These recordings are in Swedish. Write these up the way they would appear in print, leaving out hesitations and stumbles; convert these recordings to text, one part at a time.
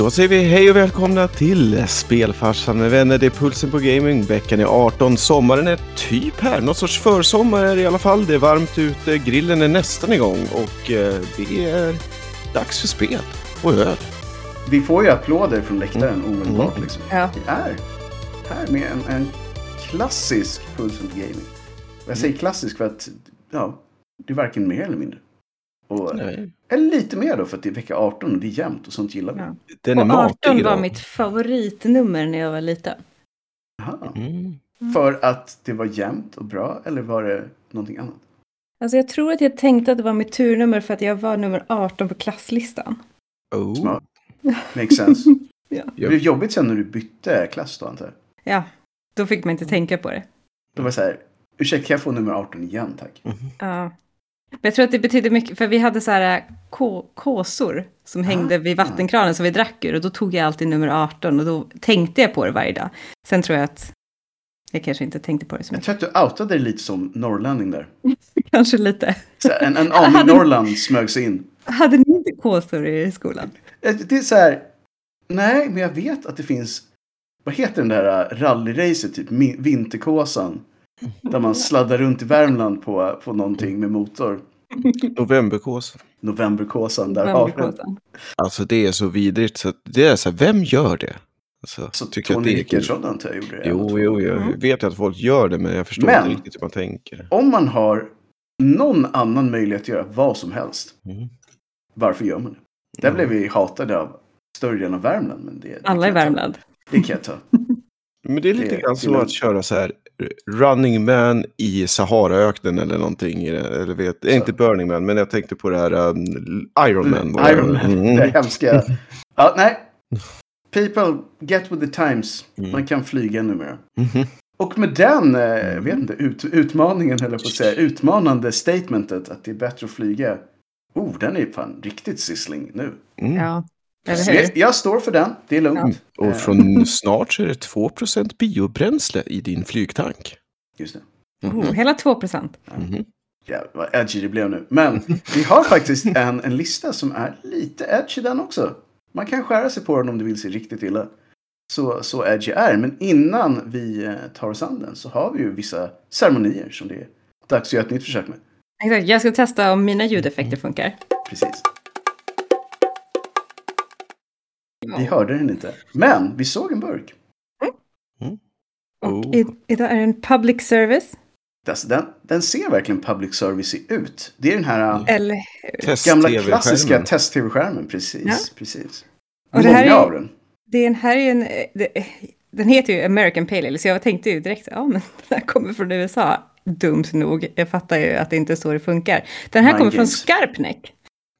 Då säger vi hej och välkomna till Spelfarsan med vänner. Det är Pulsen på Gaming. Veckan är 18. Sommaren är typ här. Något sorts försommar är i alla fall. Det är varmt ute. Grillen är nästan igång. Och det är dags för spel och öl. Vi får ju applåder från läktaren omedelbart. Liksom. Ja. Vi är här med en klassisk Pulsen på Gaming. Jag säger klassisk för att det är varken mer eller mindre. Eller lite mer då, för att det är vecka 18 och det är jämnt och sånt gillar vi. Ja. Den är och 18 matig var då. mitt favoritnummer när jag var liten. Aha. För att det var jämnt och bra, eller var det någonting annat? Alltså jag tror att jag tänkte att det var mitt turnummer för att jag var nummer 18 på klasslistan. Smart. Makes sense. Ja. Det blev jobbigt sen när du bytte klass då, antar jag. Ja, då fick man inte tänka på det. Då var det så här, ursäkta, kan jag få nummer 18 igen, tack? Ja. Men jag tror att det betyder mycket, för vi hade så här kåsor som hängde vid vattenkranen som vi drack ur. Och då tog jag alltid nummer 18 och då tänkte jag på det varje dag. Sen tror jag att jag kanske inte tänkte på det så mycket. Jag tror att du outade dig lite som norrlänning där. Kanske lite. Så en aning Norrland smög sig in. Hade ni inte kåsor i skolan? Det är så här, nej, men jag vet att det finns, vad heter den där rallyracet, typ Vinterkåsan. Där man sladdar runt i Värmland på någonting med motor. Novemberkåsan. Där Alltså det är så vidrigt så att det är så här, vem gör det? Alltså, så tycker Tony att det är Rickardsson antar jag gjorde det. Jo, jag vet att folk gör det, men jag förstår inte riktigt hur man tänker. Om man har någon annan möjlighet att göra vad som helst, varför gör man det? Där blev vi hatade av större delen av Värmland. Men det alla i Värmland. Det kan jag ta. Men det är lite grann så att köra så här Running Man i Saharaöknen eller någonting. Eller vet, inte Burning Man, men jag tänkte på det här Iron Man. Det är hemska. Ja, nej. People, get with the times. Man kan flyga numera. Och med den, vet inte, utmaningen höll jag på att säga. Utmanande statementet att det är bättre att flyga. Den är fan riktigt sizzling nu. Ja. Jag står för den, det är lugnt. Ja. Och från snart så är det 2% biobränsle i din flygtank. Just det. Hela 2%. Ja, vad edgy det blev nu. Men vi har faktiskt en lista som är lite edgy den också. Man kan skära sig på den om det vill se riktigt illa. Så edgy är. Men innan vi tar oss an den så har vi ju vissa ceremonier som det är dags att göra ett nytt försök med. Exakt, jag ska testa om mina ljudeffekter funkar. Precis. Vi hörde den inte. Men vi såg en burk. Och idag är det en public service. Den ser verkligen public service ut. Det är den här Test-TV-skärmen. gamla klassiska test-tv-skärmen. Precis. Och det här många av den. Den här är den heter ju American Pale Ale, så jag tänkte ju direkt, men den här kommer från USA. Dumt nog. Jag fattar ju att det inte är så det funkar. Den här kommer från Skarpnäck.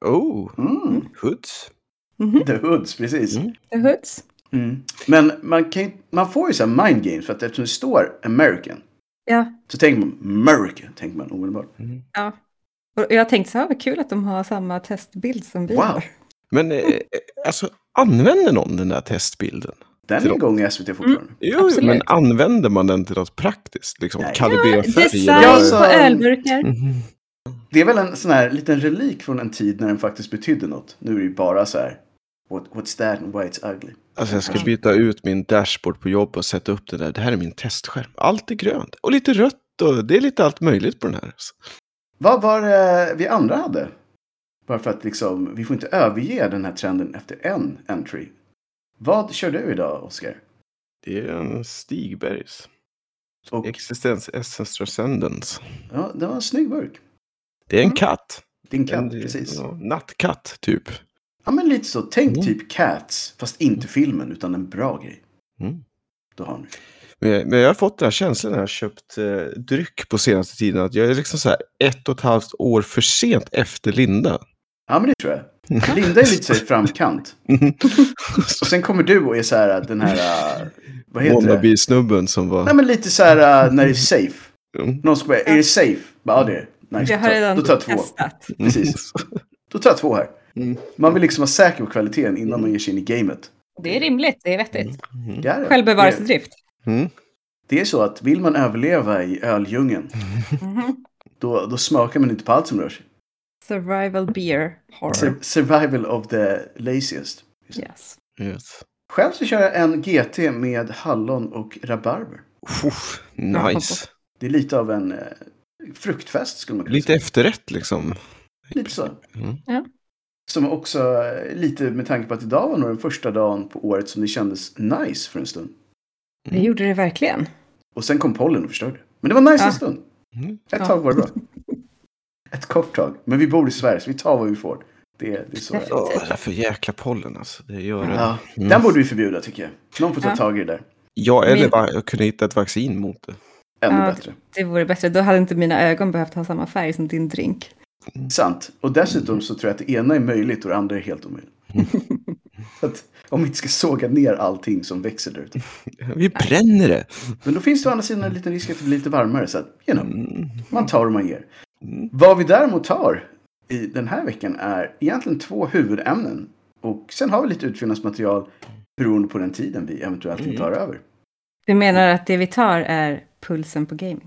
Hoods. The Hoods, precis. The Hoods. Men man får ju så här mind games för att eftersom det står American. Ja. Så tänker man American, tänker man omedelbart. Ja. Och jag tänkte så här, vad kul att de har samma testbild som vi har. Men alltså, använder någon den där testbilden? Den är igång i SVT fortfarande. Jo, men använder man den till något praktiskt? Liksom kalibrera färg? Design på ölburkar. Det är väl en sån här liten relik från en tid när den faktiskt betydde något. Nu är det ju bara så här, what's that and why it's ugly. Alltså jag ska byta ut min dashboard på jobb och sätta upp det där. Det här är min testskärm. Allt är grönt. Och lite rött. Och det är lite allt möjligt på den här. Vad var det vi andra hade? Bara för att liksom, vi får inte överge den här trenden efter en entry. Vad kör du idag, Oskar? Det är en Stigbergs. Och Existence Essence Transcendence. ja, det var en snygg burk. Det är en katt. Din katt, precis. Ja, nattkatt, typ. Ja, men lite så. Tänk typ Cats, fast inte filmen, utan en bra grej. Då har ni. Men jag har fått den här känslan när jag har köpt dryck på senaste tiden. Att jag är liksom så här 1,5 år för sent efter Linda. Ja, men det tror jag. Linda är lite så i framkant. Och sen kommer du och är så här, den här, vad heter Wannabe-snubben som var... Nej, men lite så här, när det är safe. Någon ska bara, är det safe? Ja, det är nice. Jag har redan då tar jag 2. testat. Precis. Då tar jag 2 här. Man vill liksom vara säker på kvaliteten innan man ger sig in i gamet. Det är rimligt, det är vettigt. Självbevarelsedrift. Det är så att vill man överleva i öldjungeln, då smakar man inte på allt som rör sig. Survival beer horror. Survival of the laziest. Yes. Yes. Själv så kör jag en GT med hallon och rabarber. Nice. Det är lite av en fruktfest skulle man kunna Lite säga. efterrätt liksom. Lite så. Ja. Som också lite med tanke på att idag var nog den första dagen på året som det kändes nice för en stund. Det gjorde det verkligen. Och sen kom pollen och förstörde. Men det var nice en stund. Ett tag var det bra. Ett kort tag. Men vi bor i Sverige så vi tar vad vi får. Det är så. Det är för jäkla pollen alltså. Det gör det. Ja, den borde vi förbjuda tycker jag. Någon får ta tag i det där. Ja, eller kunna hitta ett vaccin mot det. Ännu bättre. Det vore bättre. Då hade inte mina ögon behövt ha samma färg som din drink. Sant. Och dessutom så tror jag att det ena är möjligt och det andra är helt omöjligt. Så att om vi inte ska såga ner allting som växer där ute. Vi bränner det. Men då finns det å andra sidan en liten risk att det blir lite varmare. Så att, man tar och man ger. Vad vi däremot tar i den här veckan är egentligen 2 huvudämnen. Och sen har vi lite utfyllnadsmaterial beroende på den tiden vi eventuellt tar över. Du menar att det vi tar är pulsen på gaming?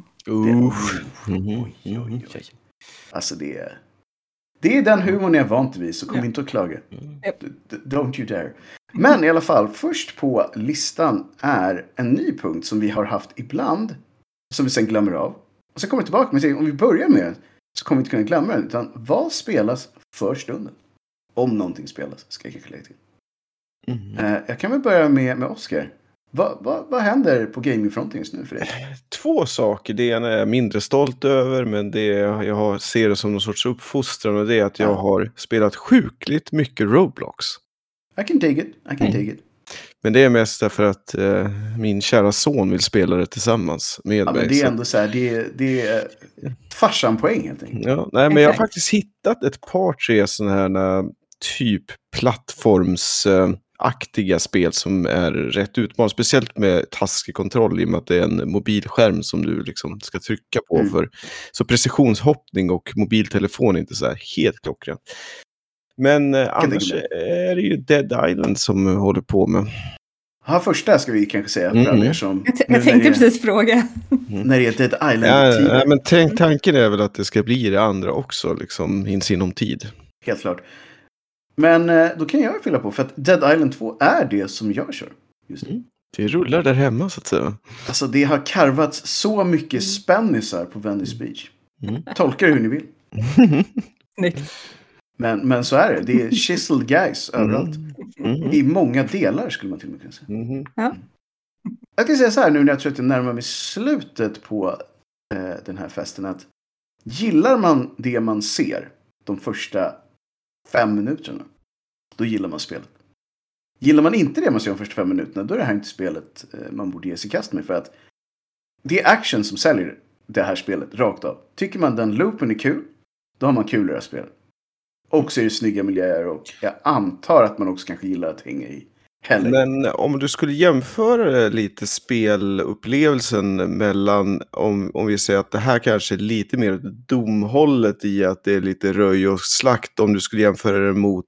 Oj. Alltså det är den humorn jag är vant vid, så kom inte att klaga. Don't you dare. Men i alla fall, först på listan är en ny punkt som vi har haft ibland, som vi sen glömmer av. Och sen kommer vi tillbaka med att om vi börjar med så kommer vi inte kunna glömma den. Utan vad spelas för stunden? Om någonting spelas, ska jag kanske lägga till. Jag kan väl börja med Oscar. Vad händer på gamingfronten just nu för dig? 2 saker. Det ena är jag mindre stolt över, men jag ser det som någon sorts uppfostran, och det är att jag har spelat sjukligt mycket Roblox. I can take it. Men det är mest därför att min kära son vill spela det tillsammans med mig. Men det är ändå så här, det är farsan-poäng helt enkelt. Ja, nej, men jag har faktiskt hittat ett par 3 sådana här typ plattformsaktiga spel som är rätt utmanande. Speciellt med taskkontroll i och med att det är en mobilskärm som du liksom ska trycka på. Så precisionshoppning och mobiltelefon är inte så här helt klockrent. Men annars är det ju Dead Island som håller på med. Ja, första ska vi kanske säga för alla er som... Jag tänkte precis fråga. När det är Dead Island. Ja, men tanken är väl att det ska bli det andra också, liksom i sinom tid. Helt klart. Men då kan jag fylla på, för att Dead Island 2 är det som jag kör just nu. Det rullar där hemma så att säga. Alltså det har karvats så mycket spännisar på Venice Beach. Tolka det hur ni vill. Men så är det. Det är chiseled guys överallt. I många delar skulle man till och med kunna säga. Ja. Jag kan säga så här nu när jag tror att jag närmar mig slutet på den här festen, att gillar man det man ser de första 5 minuterna, då gillar man spelet. Gillar man inte det man ser de första 5 minuterna, då är det här inte spelet man borde ge sig i kast med, för att det är action som säljer det här spelet rakt av. Tycker man den loopen är kul, då har man kul i det här spelet. Och så är det snygga miljöer, och jag antar att man också kanske gillar att hänga i heller. Men om du skulle jämföra lite spelupplevelsen mellan, om vi säger att det här kanske är lite mer domhållet i att det är lite röj och slakt, om du skulle jämföra det mot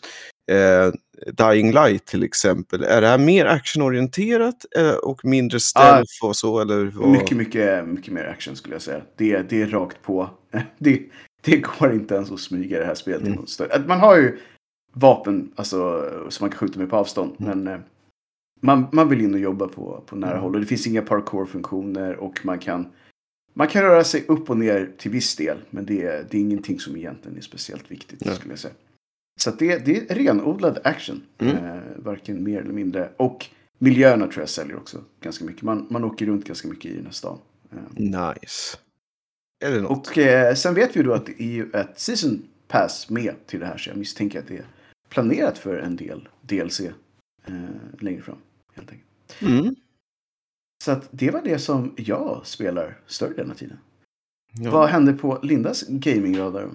Dying Light till exempel. Är det här mer actionorienterat och mindre stealth och så? Eller mycket mer action skulle jag säga. Det är rakt på. Det går inte ens att smyga det här spelet. Man har ju vapen alltså, som man kan skjuta med på avstånd. Men man vill in och jobba på nära håll. Och det finns inga parkour-funktioner. Och man kan röra sig upp och ner till viss del. Men det är ingenting som egentligen är speciellt viktigt skulle jag säga. Så att det är renodlad action. Varken mer eller mindre. Och miljöerna tror jag säljer också ganska mycket. Man åker runt ganska mycket i den här stan. Nice. Eller något. Och sen vet vi då att det är ju ett season pass med till det här. Så jag misstänker att det är planerat för en del DLC längre fram. Helt enkelt. Så att det var det som jag spelar större delen av tiden. Ja. Vad hände på Lindas gamingradar?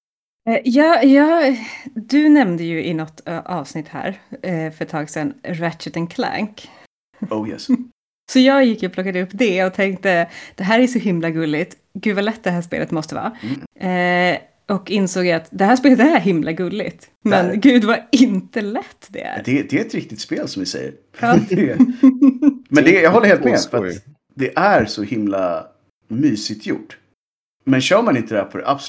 Du nämnde ju i något avsnitt här för ett tag sedan Ratchet & Clank. Oh yes. Så jag gick och plockade upp det och tänkte, det här är så himla gulligt. Gud vad lätt det här spelet måste vara. Och insåg att det här spelet är himla gulligt. Men gud vad inte lätt det är. Det är ett riktigt spel som vi säger. Ja. Men jag håller helt med. För att det är så himla mysigt gjort. Men kör man inte det här på det absolut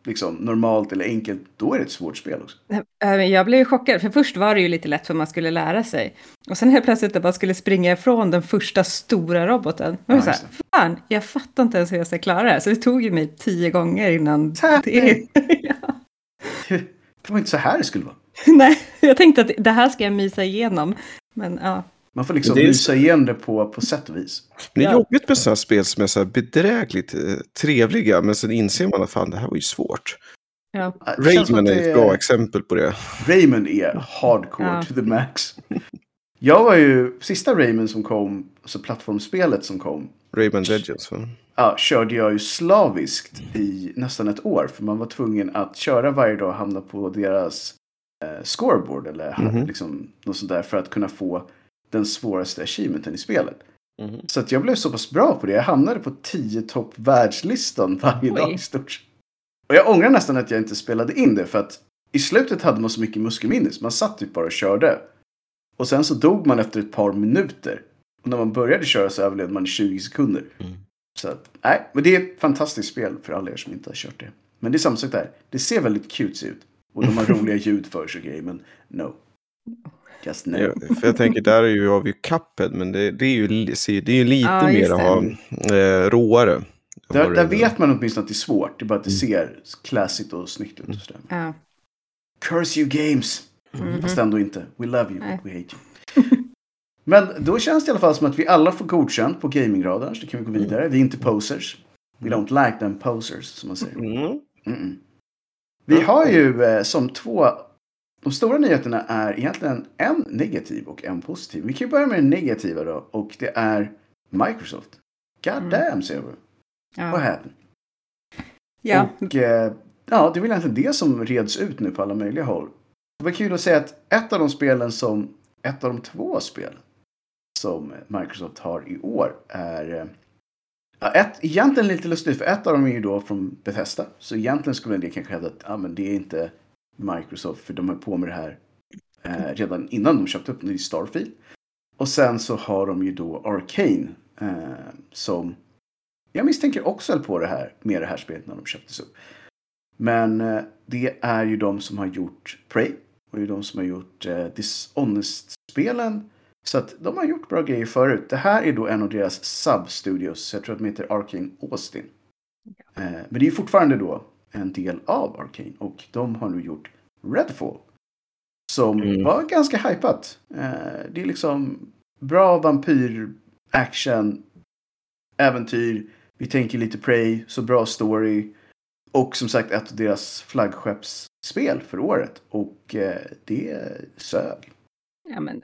liksom normalt eller enkelt, då är det ett svårt spel också. Jag blev chockad, för först var det ju lite lätt för man skulle lära sig. Och sen helt plötsligt när man skulle springa ifrån den första stora roboten. Jag var så här, fan, jag fattar inte ens hur jag ska klara det här. Så det tog ju mig 10 gånger innan det. Ja. Det var inte så här det skulle vara. Nej, jag tänkte att det här ska jag mysa igenom. Men ja. Man får liksom mysa igen det på sätt och vis. Det är jobbigt med sådana spel som är så här bedrägligt trevliga. Men sen inser man att fan, det här var ju svårt. Ja. Rayman är ett bra exempel på det. Rayman är hardcore to the max. Jag var ju sista Rayman som kom, alltså plattformspelet som kom. Rayman Legends. Ja, körde jag ju slaviskt i nästan ett år. För man var tvungen att köra varje dag och hamna på deras scoreboard. Eller liksom något sånt där för att kunna få den svåraste achievementen i spelet. Så att jag blev så pass bra på det. Jag hamnade på 10 topp världslistan varje dag i stort. Och jag ångrar nästan att jag inte spelade in det. För att i slutet hade man så mycket muskelminnes. Man satt typ bara och körde. Och sen så dog man efter ett par minuter. Och när man började köra så överlevde man i 20 sekunder. Så att, nej. Men det är ett fantastiskt spel för alla er som inte har kört det. Men det är samma sak där. Det ser väldigt cute ut. Och de har roliga ljud för sig grejer. Men no. Just no. Ja, för jag tänker, där är ju av ju Cuphead. Men det är ju lite mer råare. Där vet man åtminstone att det är svårt. Det är bara att det ser classigt och snyggt ut. Och sådär. Curse you games. Fast ändå inte. We love you, but we hate you. Men då känns det i alla fall som att vi alla får godkänt på gamingradarn. Så kan vi gå vidare. Vi är inte posers. We don't like them posers, som man säger. Vi har ju som två... De stora nyheterna är egentligen en negativ och en positiv. Vi kan ju börja med den negativa då. Och det är Microsoft. God damn, säger vi. Vad happened? Ja. Och det är väl egentligen det som reds ut nu på alla möjliga håll. Det var kul att säga att ett av de 2 spel som Microsoft har i år är egentligen lite lustigt, för ett av dem är ju då från Bethesda. Så egentligen skulle det kanske hävda att men det är inte Microsoft, för de är på med det här redan innan de köpte upp ny Starfield. Och sen så har de ju då Arcane som jag misstänker också höll på det här med det här spelet när de köptes upp. Men det är ju de som har gjort Prey. Och ju de som har gjort Dishonest-spelen. Så att de har gjort bra grejer förut. Det här är då en av deras substudios. Jag tror att de heter Arcane Austin. Men det är fortfarande då en del av Arcane. Och de har nu gjort Redfall. Som var ganska hypat. Det är liksom bra vampyr, action, äventyr. Vi tänker lite Prey, så bra story. Och som sagt ett av deras flaggskeppsspel för året. Och det sög. Ja, men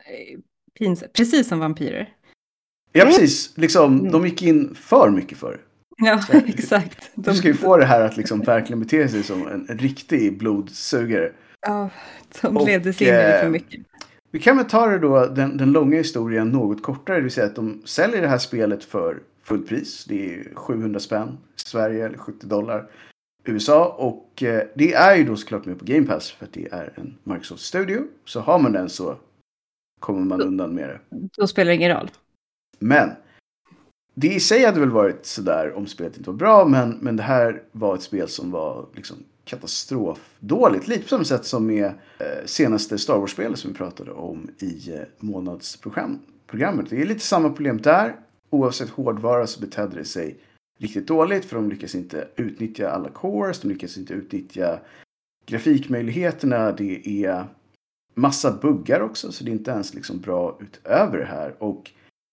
precis som vampyrer. Ja, precis. Liksom, de gick in för mycket för det. Ja, exakt. Du ska ju få det här att liksom verkligen bete sig som en riktig blodsugare. Ja, de levde sig in i för mycket. Vi kan väl ta det då, den långa historien något kortare. Det vill säga att de säljer det här spelet för fullpris. Det är 700 spänn i Sverige eller $70 USA. Och det är ju då såklart med på Game Pass för att det är en Microsoft Studio. Så har man den så kommer man undan med det. Då spelar det ingen roll. Men det i sig hade väl varit sådär om spelet inte var bra. Men det här var ett spel som var liksom katastrofdåligt. Lite på samma sätt som med senaste Star Wars-spelet som vi pratade om i månadsprogrammet. Det är lite samma problem där. Oavsett hårdvara så betedde det sig riktigt dåligt. För de lyckas inte utnyttja alla cores. De lyckas inte utnyttja grafikmöjligheterna. Det är massa buggar också. Så det är inte ens liksom bra utöver det här. Och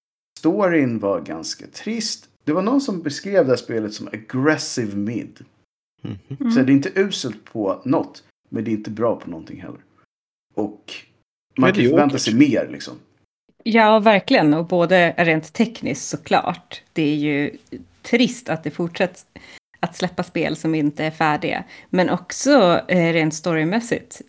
storyn var ganska trist. Det var någon som beskrev det här spelet som aggressive mid. Så det är inte uselt på något. Men det är inte bra på någonting heller. Och man kan förvänta sig mer liksom. Ja, verkligen. Och både rent tekniskt såklart. Det är ju trist att det fortsätter att släppa spel som inte är färdiga. Men också rent storymässigt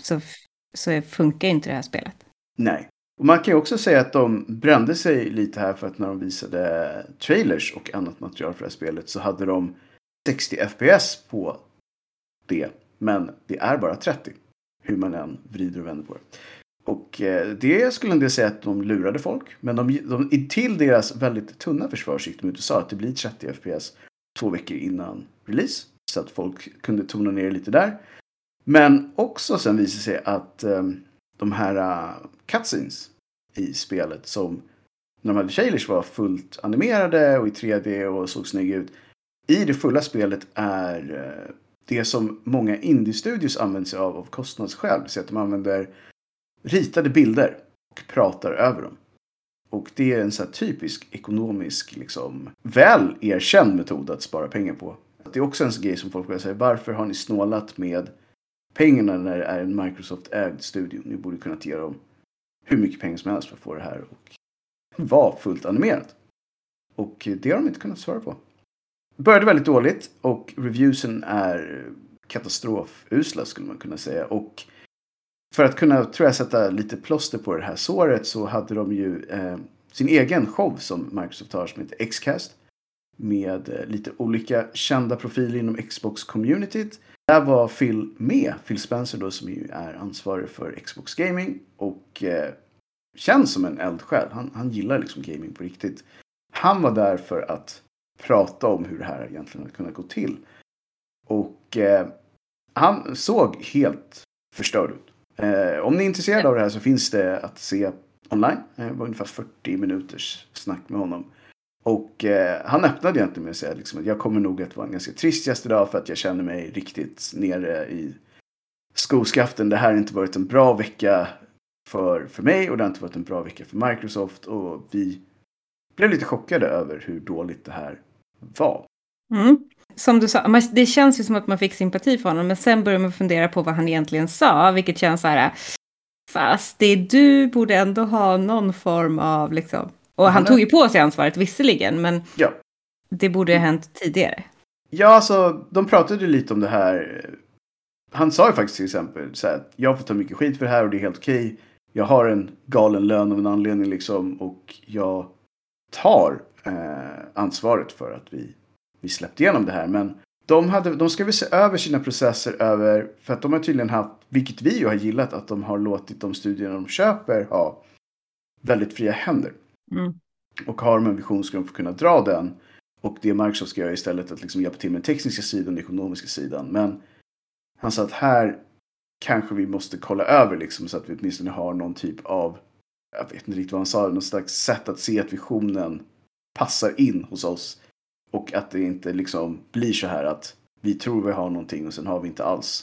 så funkar inte det här spelet. Nej. Och man kan ju också säga att de brände sig lite här för att när de visade trailers och annat material för det här spelet så hade de 60 FPS på det. Men det är bara 30. Hur man än vrider och vänder på det. Och det skulle en del säga att de lurade folk. Men de till deras väldigt tunna försvar gick de ut och sa att det blir 30 FPS 2 veckor innan release. så att folk kunde tona ner lite där. Men också sen visade sig att de här cutscenes i spelet som när de hade trailers var fullt animerade och i 3D och såg snygg ut. I det fulla spelet är det som många indie-studios använder sig av kostnadsskäl. Så att de använder ritade bilder och pratar över dem. Och det är en så här typisk ekonomisk, liksom, väl erkänd metod att spara pengar på. Det är också en sån grej som folk vill säga, varför har ni snålat med pengarna när det är en Microsoft-ägd studio? Ni borde kunna ge dem hur mycket pengar som helst för att få det här och vara fullt animerat. Och det har de inte kunnat svara på. Det började väldigt dåligt och reviewsen är katastrofusla skulle man kunna säga. Och för att kunna, tror jag, sätta lite plåster på det här såret så hade de ju sin egen show som Microsoft har som heter Xcast. Med lite olika kända profiler inom Xbox-communityt. Där var Phil Spencer då, som ju är ansvarig för Xbox Gaming. Och känns som en eldsjäl. Han gillar liksom gaming på riktigt. Han var där för att prata om hur det här egentligen hade kunnat gå till. Och han såg helt förstörd ut. Om ni är intresserade av det här så finns det att se online. Det var ungefär 40 minuters snack med honom. Och han öppnade egentligen med att säga liksom, att jag kommer nog att vara en ganska trist gäst idag för att jag känner mig riktigt nere i skoskaften. Det här har inte varit en bra vecka för mig och det har inte varit en bra vecka för Microsoft. Och vi blev lite chockade över hur dåligt det här var. Mm. Som du sa, det känns ju som att man fick sympati för honom, men sen börjar man fundera på vad han egentligen sa, vilket känns så här, fast du borde ändå ha någon form av liksom, och han tog ju på sig ansvaret visserligen, men ja. Det borde ha hänt tidigare. Ja, alltså de pratade ju lite om det här. Han sa ju faktiskt till exempel så här, jag får ta mycket skit för det här och det är helt okej. Jag har en galen lön av en anledning liksom, och jag tar ansvaret för att vi släppte igenom det här. Men de ska väl se över sina processer över, för att de har tydligen haft, vilket vi ju har gillat, att de har låtit de studierna de köper ha väldigt fria händer. Mm. Och har de en visionsgrund för att kunna dra den. Och det Microsoft ska göra istället att liksom hjälpa till med den tekniska sidan och den ekonomiska sidan. Men han sa att här kanske vi måste kolla över liksom, så att vi åtminstone har någon typ av, jag vet inte riktigt vad han sa, något slags sätt att se att visionen passar in hos oss. Och att det inte liksom blir så här att vi tror vi har någonting och sen har vi inte alls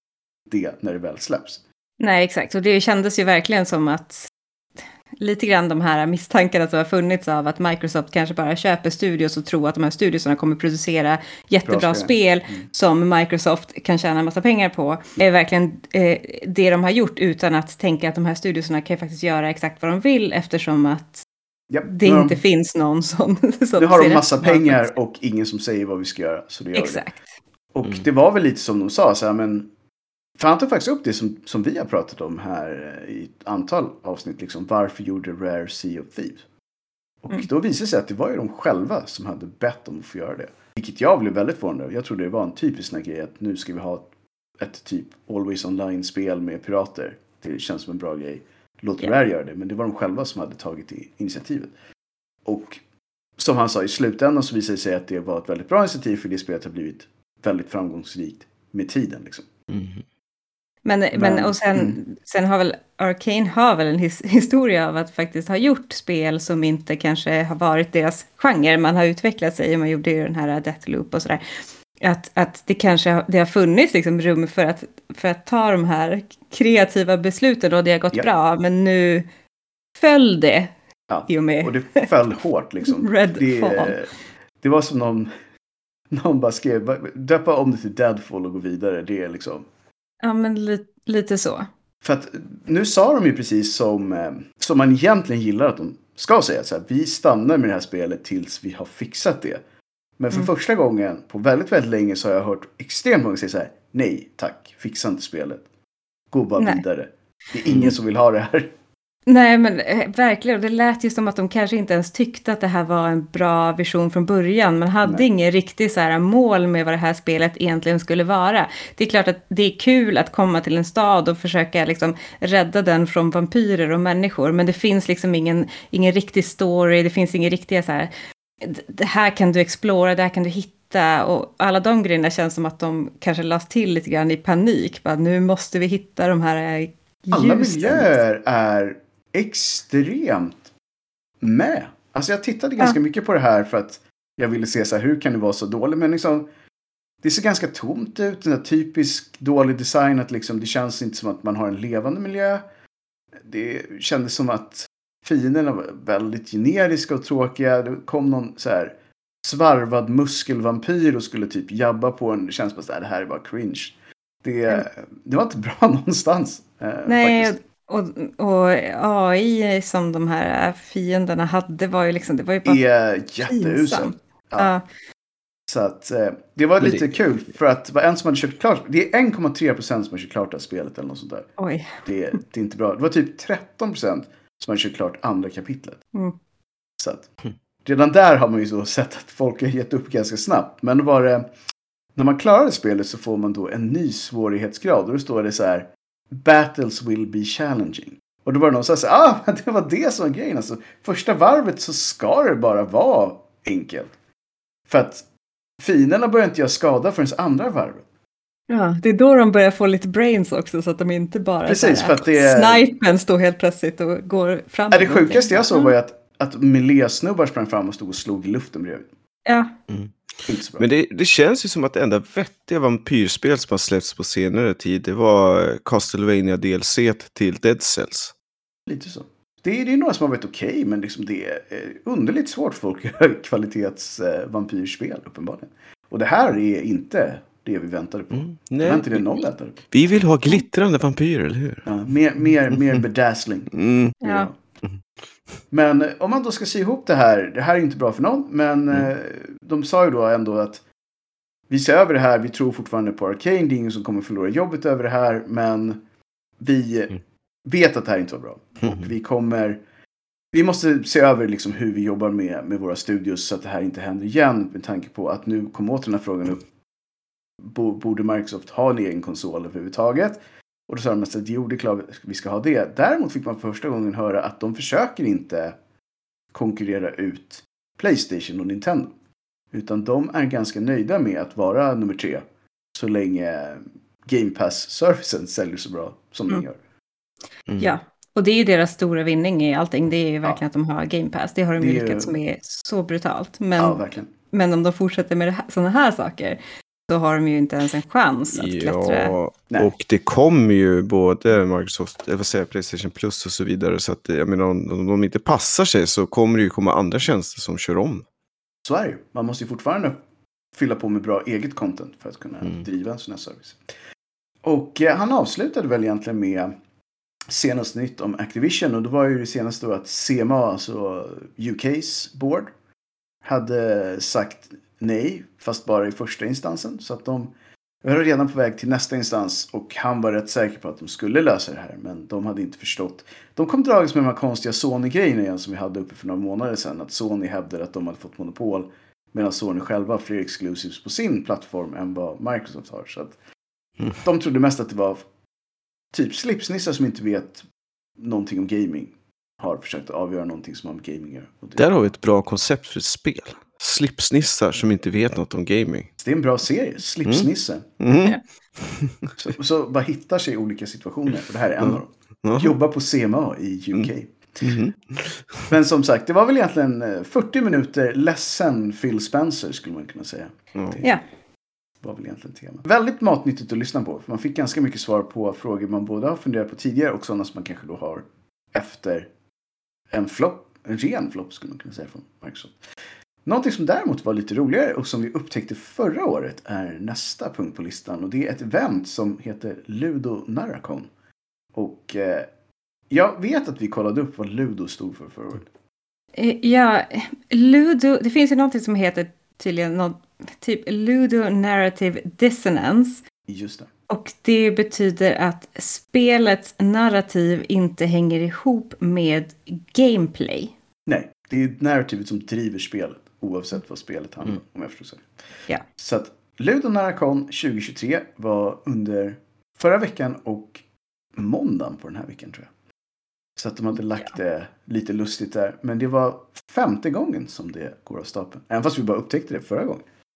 det när det väl släpps. Nej, exakt. Och det kändes ju verkligen som att lite grann de här misstankarna som har funnits av att Microsoft kanske bara köper studios och tror att de här studiosarna kommer producera jättebra spel som Microsoft kan tjäna en massa pengar på, är verkligen det de har gjort utan att tänka att de här studiosarna kan faktiskt göra exakt vad de vill eftersom att det inte finns någon som nu har de massa pengar och ingen som säger vad vi ska göra, så det gör exakt. Det. Och det var väl lite som de sa så här, men för han tog faktiskt upp det som vi har pratat om här i ett antal avsnitt. Liksom, varför gjorde Rare Sea of Thieves? Och då visade det sig att det var ju de själva som hade bett om att få göra det. Vilket jag blev väldigt förvånad över. Jag trodde det var en typisk grej att nu ska vi ha ett typ Always Online-spel med pirater. Det känns som en bra grej. Låt Rare göra det. Men det var de själva som hade tagit initiativet. Och som han sa, i slutändan så visade det sig att det var ett väldigt bra initiativ för det spelet har blivit väldigt framgångsrikt med tiden. Liksom. Mm. Men och sen har väl Arcane en historia av att faktiskt ha gjort spel som inte kanske har varit deras genre. Man har utvecklat sig och man gjorde ju den här Deathloop och sådär. Att det kanske har funnits liksom rum för att ta de här kreativa besluten och det har gått bra. Men nu föll det i och med. Och det föll hårt liksom. Det var som någon bara skrev, döpa om det till Deadfall och gå vidare. Det är liksom... Ja, men lite så. För att nu sa de ju precis som man egentligen gillar att de ska säga. Så här, vi stannar med det här spelet tills vi har fixat det. Men för första gången på väldigt, väldigt länge så har jag hört extremt många säga så här: nej, tack, fixa inte spelet. Gå bara vidare. Det är ingen som vill ha det här. Nej, men verkligen. Och det lät ju som att de kanske inte ens tyckte att det här var en bra vision från början. Man hade ingen riktig så här mål med vad det här spelet egentligen skulle vara. Det är klart att det är kul att komma till en stad och försöka liksom rädda den från vampyrer och människor. Men det finns liksom ingen riktig story. Det finns ingen riktiga så här, det här kan du explora, det här kan du hitta. hitta, och alla de grejerna känns som att de kanske lades till lite grann i panik. Bara, nu måste vi hitta de här ljusen. Alla miljöer är extremt med. Alltså jag tittade ganska mycket på det här för att jag ville se så här, hur kan det vara så dåligt? Men liksom, det ser ganska tomt ut. Den här typisk dålig design. Att liksom, det känns inte som att man har en levande miljö. Det kändes som att fienderna var väldigt generiska och tråkiga. Det kom någon så här svarvad muskelvampyr och skulle typ jabba på en. Det känns bara så här, det här är bara cringe. Det var inte bra någonstans. Nej, faktiskt. och AI som de här fienderna hade var ju liksom, det var ju bara Det är jätteuselt. Ja. Så att det var lite kul för att det var en som hade kört klart. Det är 1,3% som har kört klart det här spelet eller något sånt där. Oj. Det är inte bra. Det var typ 13% som hade kört klart andra kapitlet. Så att redan där har man ju så sett att folk har gett upp ganska snabbt. Men då var det, när man klarade spelet så får man då en ny svårighetsgrad. Och då står det så här: Battles will be challenging. Och då var det någon som sa, det var det som var grejen. Alltså, första varvet så ska det bara vara enkelt. För att fienderna börjar inte göra skada förrän andra varvet. Ja, det är då de börjar få lite brains också, så att de inte bara precis, för att snipen står helt plötsligt och går fram. Det sjukaste jag såg var ju att melee-snubbar sprang fram och stod och slog i luften bredvid. Ja. Men det känns ju som att det enda vettiga vampyrspel som har släppts på senare tid, det var Castlevania DLC till Dead Cells. Lite så. Det är några som har varit okej, men liksom det är underligt svårt för folk att göra kvalitets vampyrspel uppenbarligen. Och det här är inte det vi väntade på. Det var inte det någon väntade på. Vi vill ha glittrande vampyrer, eller hur? Ja, mer bedazzling. Ja. Men om man då ska se ihop det här är inte bra för någon, men de sa ju då ändå att vi ser över det här, vi tror fortfarande på Arcane, det är ingen som kommer förlora jobbet över det här, men vi vet att det här inte var bra. Och vi måste se över liksom hur vi jobbar med våra studios så att det här inte händer igen, med tanke på att nu kommer åter den här frågan upp. Borde Microsoft ha en egen konsol överhuvudtaget? Och då sa de att jo, det är klart vi ska ha det. Däremot fick man första gången höra att de försöker inte konkurrera ut PlayStation och Nintendo. Utan de är ganska nöjda med att vara nummer 3. Så länge Game Pass-servicen säljer så bra som den gör. Ja, och det är ju deras stora vinning i allting. Det är ju verkligen att de har Game Pass. Det har de ju lyckats med så brutalt. Men om de fortsätter med sådana här saker, så har de ju inte ens en chans att klättra. Ja, och det kommer ju både Microsoft, PlayStation Plus och så vidare. Så att jag menar, om de inte passar sig så kommer det ju komma andra tjänster som kör om. Så är det ju. Man måste ju fortfarande fylla på med bra eget content för att kunna driva en sån här service. Och han avslutade väl egentligen med senaste nytt om Activision. Och då var ju det senaste då att CMA, alltså UK's board, hade sagt nej, fast bara i första instansen. Så att de var redan på väg till nästa instans och han var rätt säker på att de skulle lösa det här. Men de hade inte förstått. De kom dragas med de här konstiga Sony-grejerna igen som vi hade uppe för några månader sedan. Att Sony hävdade att de hade fått monopol medan Sony själva har fler exclusives på sin plattform än vad Microsoft har. Så att de trodde mest att det var typ slipsnissar som inte vet någonting om gaming har försökt avgöra någonting som har med gaming gör. Där har vi ett bra koncept för ett spel. Slipsnissar som inte vet något om gaming. Det är en bra serie, Slipsnisse. Så bara hittar sig i olika situationer. För det här är en av dem. Jobbar på CMA i UK. Men som sagt, det var väl egentligen 40 minuter ledsen Phil Spencer skulle man kunna säga. Ja. Det var väl egentligen tema. Väldigt matnyttigt att lyssna på. För man fick ganska mycket svar på frågor man både har funderat på tidigare och sådana som man kanske då har efter en ren flopp skulle man kunna säga från Microsoft. Någonting som däremot var lite roligare och som vi upptäckte förra året är nästa punkt på listan. Och det är ett event som heter Ludo Narracon. Och jag vet att vi kollade upp vad Ludo stod för förra året. Ja, Ludo, det finns ju någonting som heter tydligen typ Ludo Narrative Dissonance. Just det. Och det betyder att spelets narrativ inte hänger ihop med gameplay. Nej, det är narrativet som driver spelet oavsett vad spelet handlar om jag förstår. Ja. Så att Ludo Narracon 2023 var under förra veckan och måndagen på den här veckan tror jag. Så att de hade lagt det lite lustigt där. Men det var 5:e gången som det går av stapeln. Även fast vi bara upptäckte det förra gången.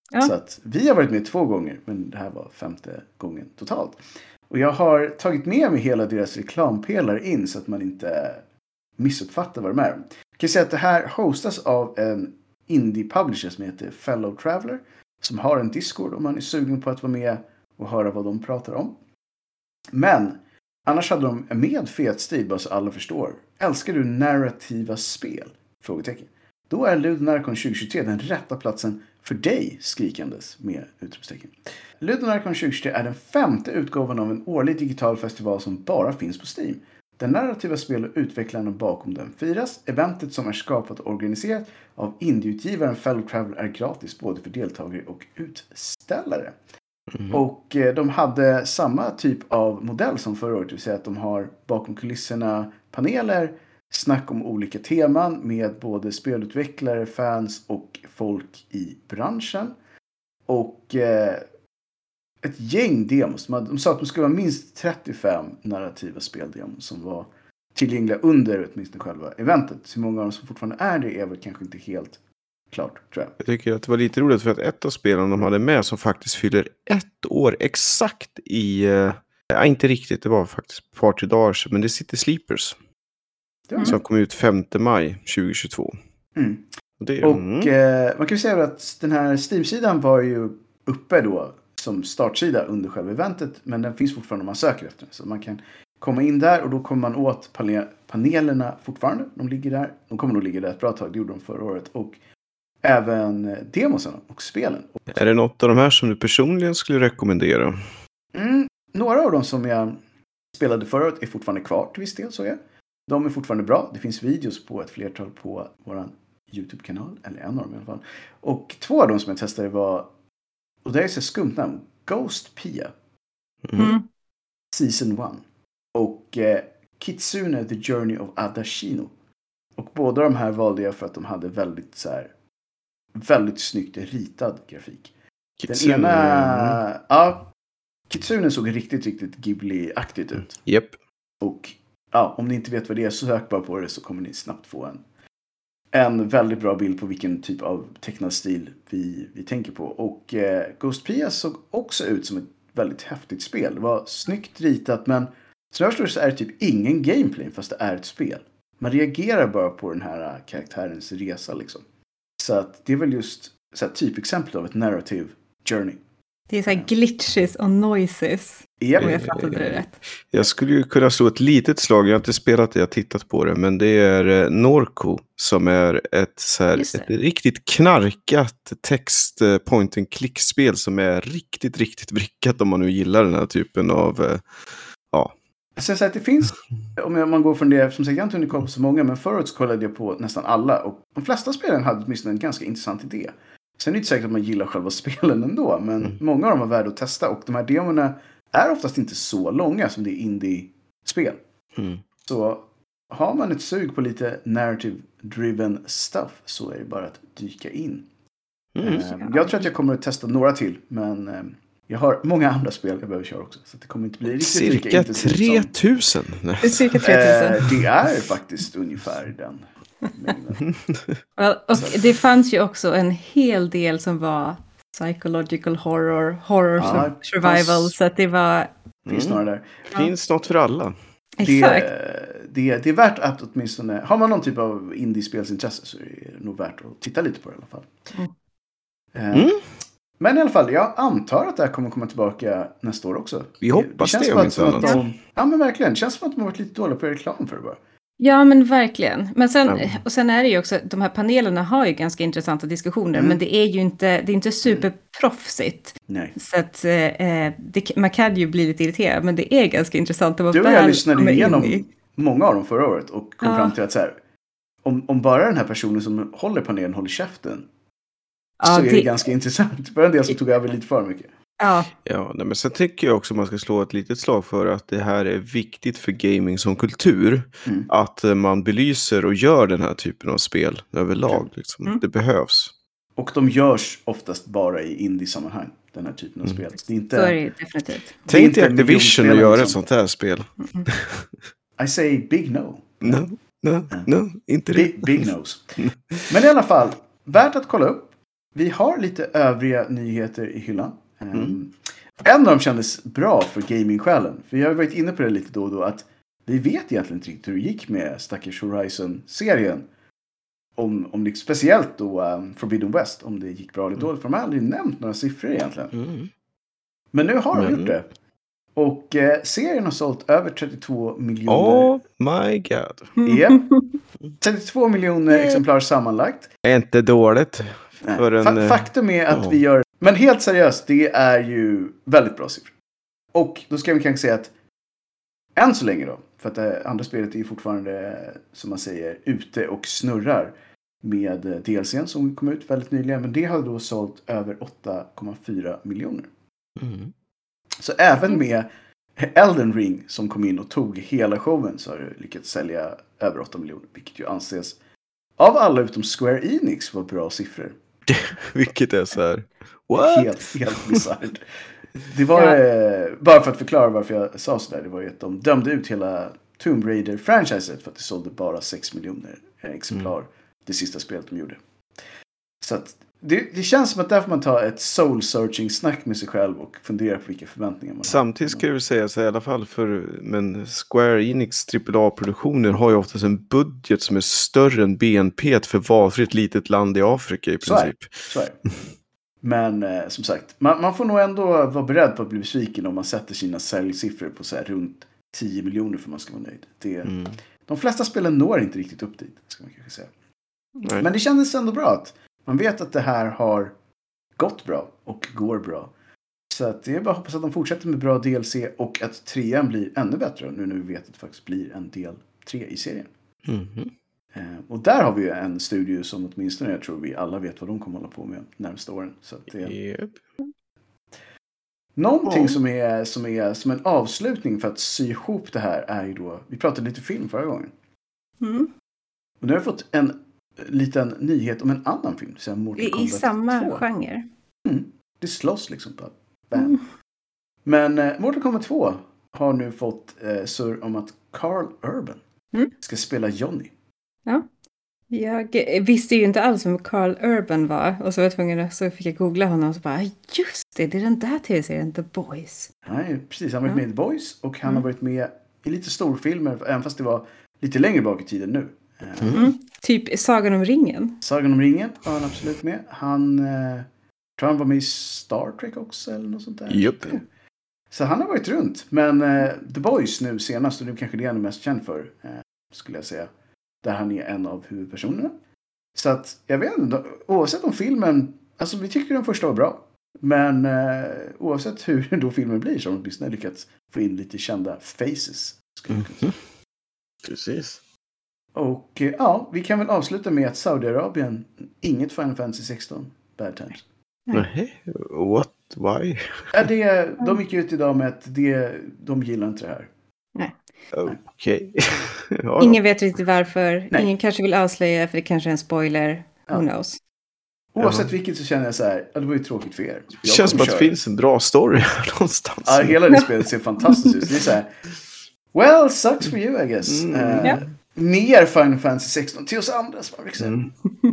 Ja. Så att vi har varit med 2 gånger, men det här var 5:e gången totalt. Och jag har tagit med mig hela deras reklampelare in så att man inte missuppfattar vad de är. Jag kan säga att det här hostas av en indie-publisher som heter Fellow Traveler, som har en Discord om man är sugen på att vara med och höra vad de pratar om. Men annars hade de med fet stil, bara så alla förstår. Älskar du narrativa spel? Frågetecken. Då är Ludonarkon 2023 den rätta platsen för dig, skrikandes med utropstecken. Ludonarkon 2023 är den 5:e utgåvan av en årlig digital festival som bara finns på Steam. Den narrativa spel och utvecklarna bakom den firas. Eventet som är skapat och organiserat av indieutgivaren Fellow Traveler är gratis både för deltagare och utställare. Och de hade samma typ av modell som förra året. Det vill säga att de har bakom kulisserna paneler, snack om olika teman med både spelutvecklare, fans och folk i branschen. Och ett gäng demos. De sa att de skulle vara minst 35 narrativa speldemos som var tillgängliga under åtminstone själva eventet. Så många av dem som fortfarande är det är väl kanske inte helt klart, tror jag. Jag tycker att det var lite roligt för att ett av spelen de hade med som faktiskt fyller 1 år exakt i... inte riktigt, det var faktiskt ett par 3 dagar sedan, men det är City Sleepers. Som kom ut 5 maj 2022. Man kan ju säga att den här Steam-sidan var ju uppe då som startsida under själva eventet, men den finns fortfarande om man söker efter den. Så man kan komma in där och då kommer man åt panelerna fortfarande. De ligger där. De kommer nog ligga där ett bra tag, det gjorde de förra året. Och även demosen och spelen. Är det något av de här som du personligen skulle rekommendera? Några av dem som jag spelade förra året är fortfarande kvar till viss del, så jag. De är fortfarande bra. Det finns videos på ett flertal på vår YouTube-kanal. Eller en av dem i alla fall. Och 2 av dem som jag testade var, och det är så skumt namn, Ghost Pia. Season 1. Och Kitsune The Journey of Adashino. Och båda de här valde jag för att de hade väldigt snyggt ritad grafik. Kitsune. Den ena... Kitsune såg riktigt Ghibli-aktigt ut. Japp. Och om ni inte vet vad det är så sök bara på det så kommer ni snabbt få en väldigt bra bild på vilken typ av tecknad stil vi tänker på. Och Ghost Pia såg också ut som ett väldigt häftigt spel. Det var snyggt ritat, men som jag förstår så är det typ ingen gameplay fast det är ett spel. Man reagerar bara på den här karaktärens resa liksom. Så att det är väl just så här typexempel av ett narrative journey. Det är så här glitches och noises. Yep. Om jag fattade det rätt. Jag skulle ju kunna slå ett litet slag. Jag har inte spelat det, jag har tittat på det. Men det är Norco som är ett riktigt knarkat text point and click-spel som är riktigt vrickat om man nu gillar den här typen av... Så att det finns, om man går från det, som sagt jag har inte hunnit kolla på så många, men förut så kollade jag på nästan alla. Och de flesta spelen hade åtminstone en ganska intressant idé. Sen är det inte säkert att man gillar själva spelen ändå, men många av dem var värda att testa. Och de här demorna är oftast inte så långa som det är indie-spel. Så har man ett sug på lite narrative-driven stuff så är det bara att dyka in. Jag tror att jag kommer att testa några till, men jag har många andra spel jag behöver köra också. Så det kommer inte bli riktigt cirka lika intensivt 3000. Det är cirka 3000. Det är faktiskt ungefär den. Och det fanns ju också en hel del som var psychological horror survival. Så att det var... Finns några där. Finns något för alla. Exakt. Det är värt att åtminstone... Har man någon typ av indie-spelsintresse så är det nog värt att titta lite på det i alla fall. Men i alla fall, jag antar att det här kommer komma tillbaka nästa år också. Vi hoppas det om inte annat. Ja, men verkligen. Det känns som att de har varit lite dåliga på reklam för det bara. Ja, men verkligen. Men sen är det ju också, de här panelerna har ju ganska intressanta diskussioner, men det är ju inte superproffsigt. Nej. Så att man kan ju bli lite irriterad, men det är ganska intressant att vara. Du och jag lyssnade igenom många av dem förra året och kom fram till att så här, om bara den här personen som håller panelen håller käften, så är det ganska intressant. Bara en del som tog över lite för mycket. Men sen tycker jag också man ska slå ett litet slag för att det här är viktigt för gaming som kultur. Att man belyser och gör den här typen av spel överlag. Liksom. Det behövs. Och de görs oftast bara i indie-sammanhang, den här typen av spel. Det är inte, så är det definitivt. Tänk dig Activision att göra ett sånt här spel. I say big no. No, inte det. Big nose. Men i alla fall, värt att kolla upp. vi har lite övriga nyheter i hyllan. En av dem kändes bra för gaming-själen. För jag har varit inne på det lite då och då. Att vi vet egentligen inte riktigt hur det gick med stackars Horizon-serien. Om det, speciellt då Forbidden West. Om det gick bra eller dåligt. För de har aldrig nämnt några siffror egentligen. Men nu har de gjort det. Och serien har sålt över 32 miljoner. Oh my god. Ja. 32 miljoner exemplar sammanlagt. Är inte dåligt. För Faktum är att vi gör... Men helt seriöst, det är ju väldigt bra siffror. Och då ska vi kanske säga att än så länge då, för att det andra spelet är ju fortfarande, som man säger, ute och snurrar med DLCn som kom ut väldigt nyligen. Men det hade då sålt över 8,4 miljoner. Så även med Elden Ring som kom in och tog hela showen så har det lyckats sälja över 8 miljoner. Vilket ju anses av alla utom Square Enix var bra siffror. Vilket är så här... What? Helt bizarrt. Det var, bara för att förklara varför jag sa sådär, det var ju att de dömde ut hela Tomb Raider-franchiset för att det sålde bara 6 miljoner exemplar det sista spelet de gjorde. Så att det känns som att där får man ta ett soul-searching-snack med sig själv och fundera på vilka förväntningar man har. Samtidigt ska jag säga så i alla fall men Square Enix AAA-produktioner har ju oftast en budget som är större än BNP för valfritt litet land i Afrika i princip. Så är det. Men som sagt, man får nog ändå vara beredd på att bli besviken om man sätter sina säljsiffror på så här runt 10 miljoner för man ska vara nöjd. De flesta spelen når inte riktigt upp dit, ska man kanske säga. Nej. Men det kändes ändå bra att man vet att det här har gått bra och går bra. Så att det är bara att hoppas att de fortsätter med bra DLC och att 3:an blir ännu bättre nu när vi vet att det faktiskt blir en del 3 i serien. Och där har vi ju en studio som åtminstone jag tror vi alla vet vad de kommer hålla på med närmaste åren. Så att det... Någonting som är som en avslutning för att sy ihop det här är ju då, vi pratade lite film förra gången. Och nu har vi fått en liten nyhet om en annan film. Så Mortal Kombat 2. I samma genre. Det slåss liksom på Men Mortal Kombat 2 har nu fått surr om att Carl Urban ska spela Johnny. Ja. Jag visste ju inte alls vem Carl Urban var. Och så var jag tvungen så fick jag googla honom och så bara, just det är den där tv-serien, The Boys. Nej, precis. Han har varit med i The Boys och han har varit med i lite storfilmer, även fast det var lite längre bak i tiden nu. Typ Sagan om ringen. Sagan om ringen var han absolut med. Han tror han var med i Star Trek också eller något sånt där. Yep. Så han har varit runt. Men The Boys nu senast, och det är kanske det han är mest känd för, skulle jag säga. Där han är en av huvudpersonerna. Så att, jag vet inte, oavsett om filmen, alltså vi tycker den första var bra. Men oavsett hur då filmen blir så har de åtminstone lyckats få in lite kända faces. Precis. Och ja, vi kan väl avsluta med att Saudiarabien, inget Final Fantasy 16, Bad Times. Nej, what? Why? De gick ut idag med att de gillar inte det här. Nej. Okej. Ja. Ingen vet riktigt varför. Nej. Ingen kanske vill avslöja för det kanske är en spoiler. Who knows? Oavsett vilket så känner jag så här, det var ju tråkigt för er. Det känns som att det finns en bra story här någonstans. Ja, hela det spelet ser fantastiskt ut. Det är så här, well, sucks for you I guess. Mer Final Fantasy 16 till oss andra som man säga.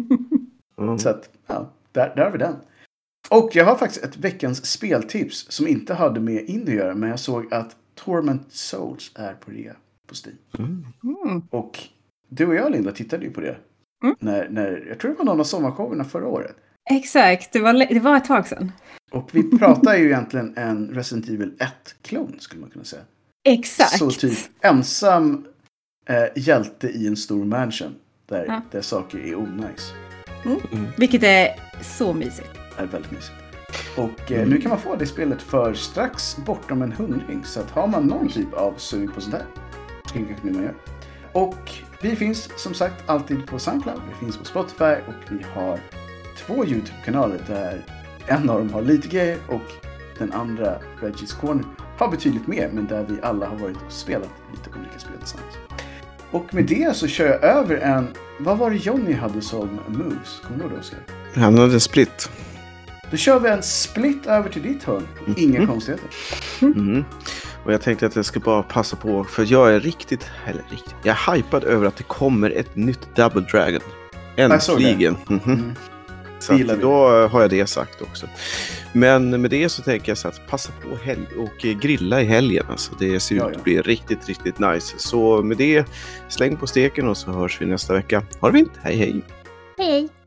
Så att, ja, där har vi den. Och jag har faktiskt ett veckans speltips som inte hade med indie att göra, men jag såg att Torment Souls är på rea på Steam. Och du och jag, Linda, tittade ju på det. När jag tror det var någon av sommarshowerna förra året. Exakt, det var ett tag sedan. Och vi pratar ju egentligen en Resident Evil 1-klon skulle man kunna säga. Exakt. Så typ ensam hjälte i en stor mansion där saker är onajs. Vilket är så mysigt. Det är väldigt mysigt. Och nu kan man få det spelet för strax bortom en 100. Så att har man någon typ av sug på sånt här, kanske man gör. Och vi finns som sagt alltid på SoundCloud. Vi finns på Spotify och vi har 2 YouTube-kanaler där en av dem har lite grejer och den andra, Reggie's Corner, har betydligt mer, men där vi alla har varit och spelat lite olika spel tillsammans. Och med det så kör jag över vad var det Johnny hade som moves? Kommer du ihåg det, Oskar? Han hade en split. Då kör vi en split över till ditt hörn. Inga konstigheter. Och jag tänkte att jag ska bara passa på, för jag är jag är hypad över att det kommer ett nytt Double Dragon. Äntligen. Så att då har jag det sagt också. Men med det så tänker jag så att passa på och grilla i helgen. Alltså det ser ut att bli riktigt, riktigt nice. Så med det, släng på steken och så hörs vi nästa vecka. Ha det fint, hej hej! Hej!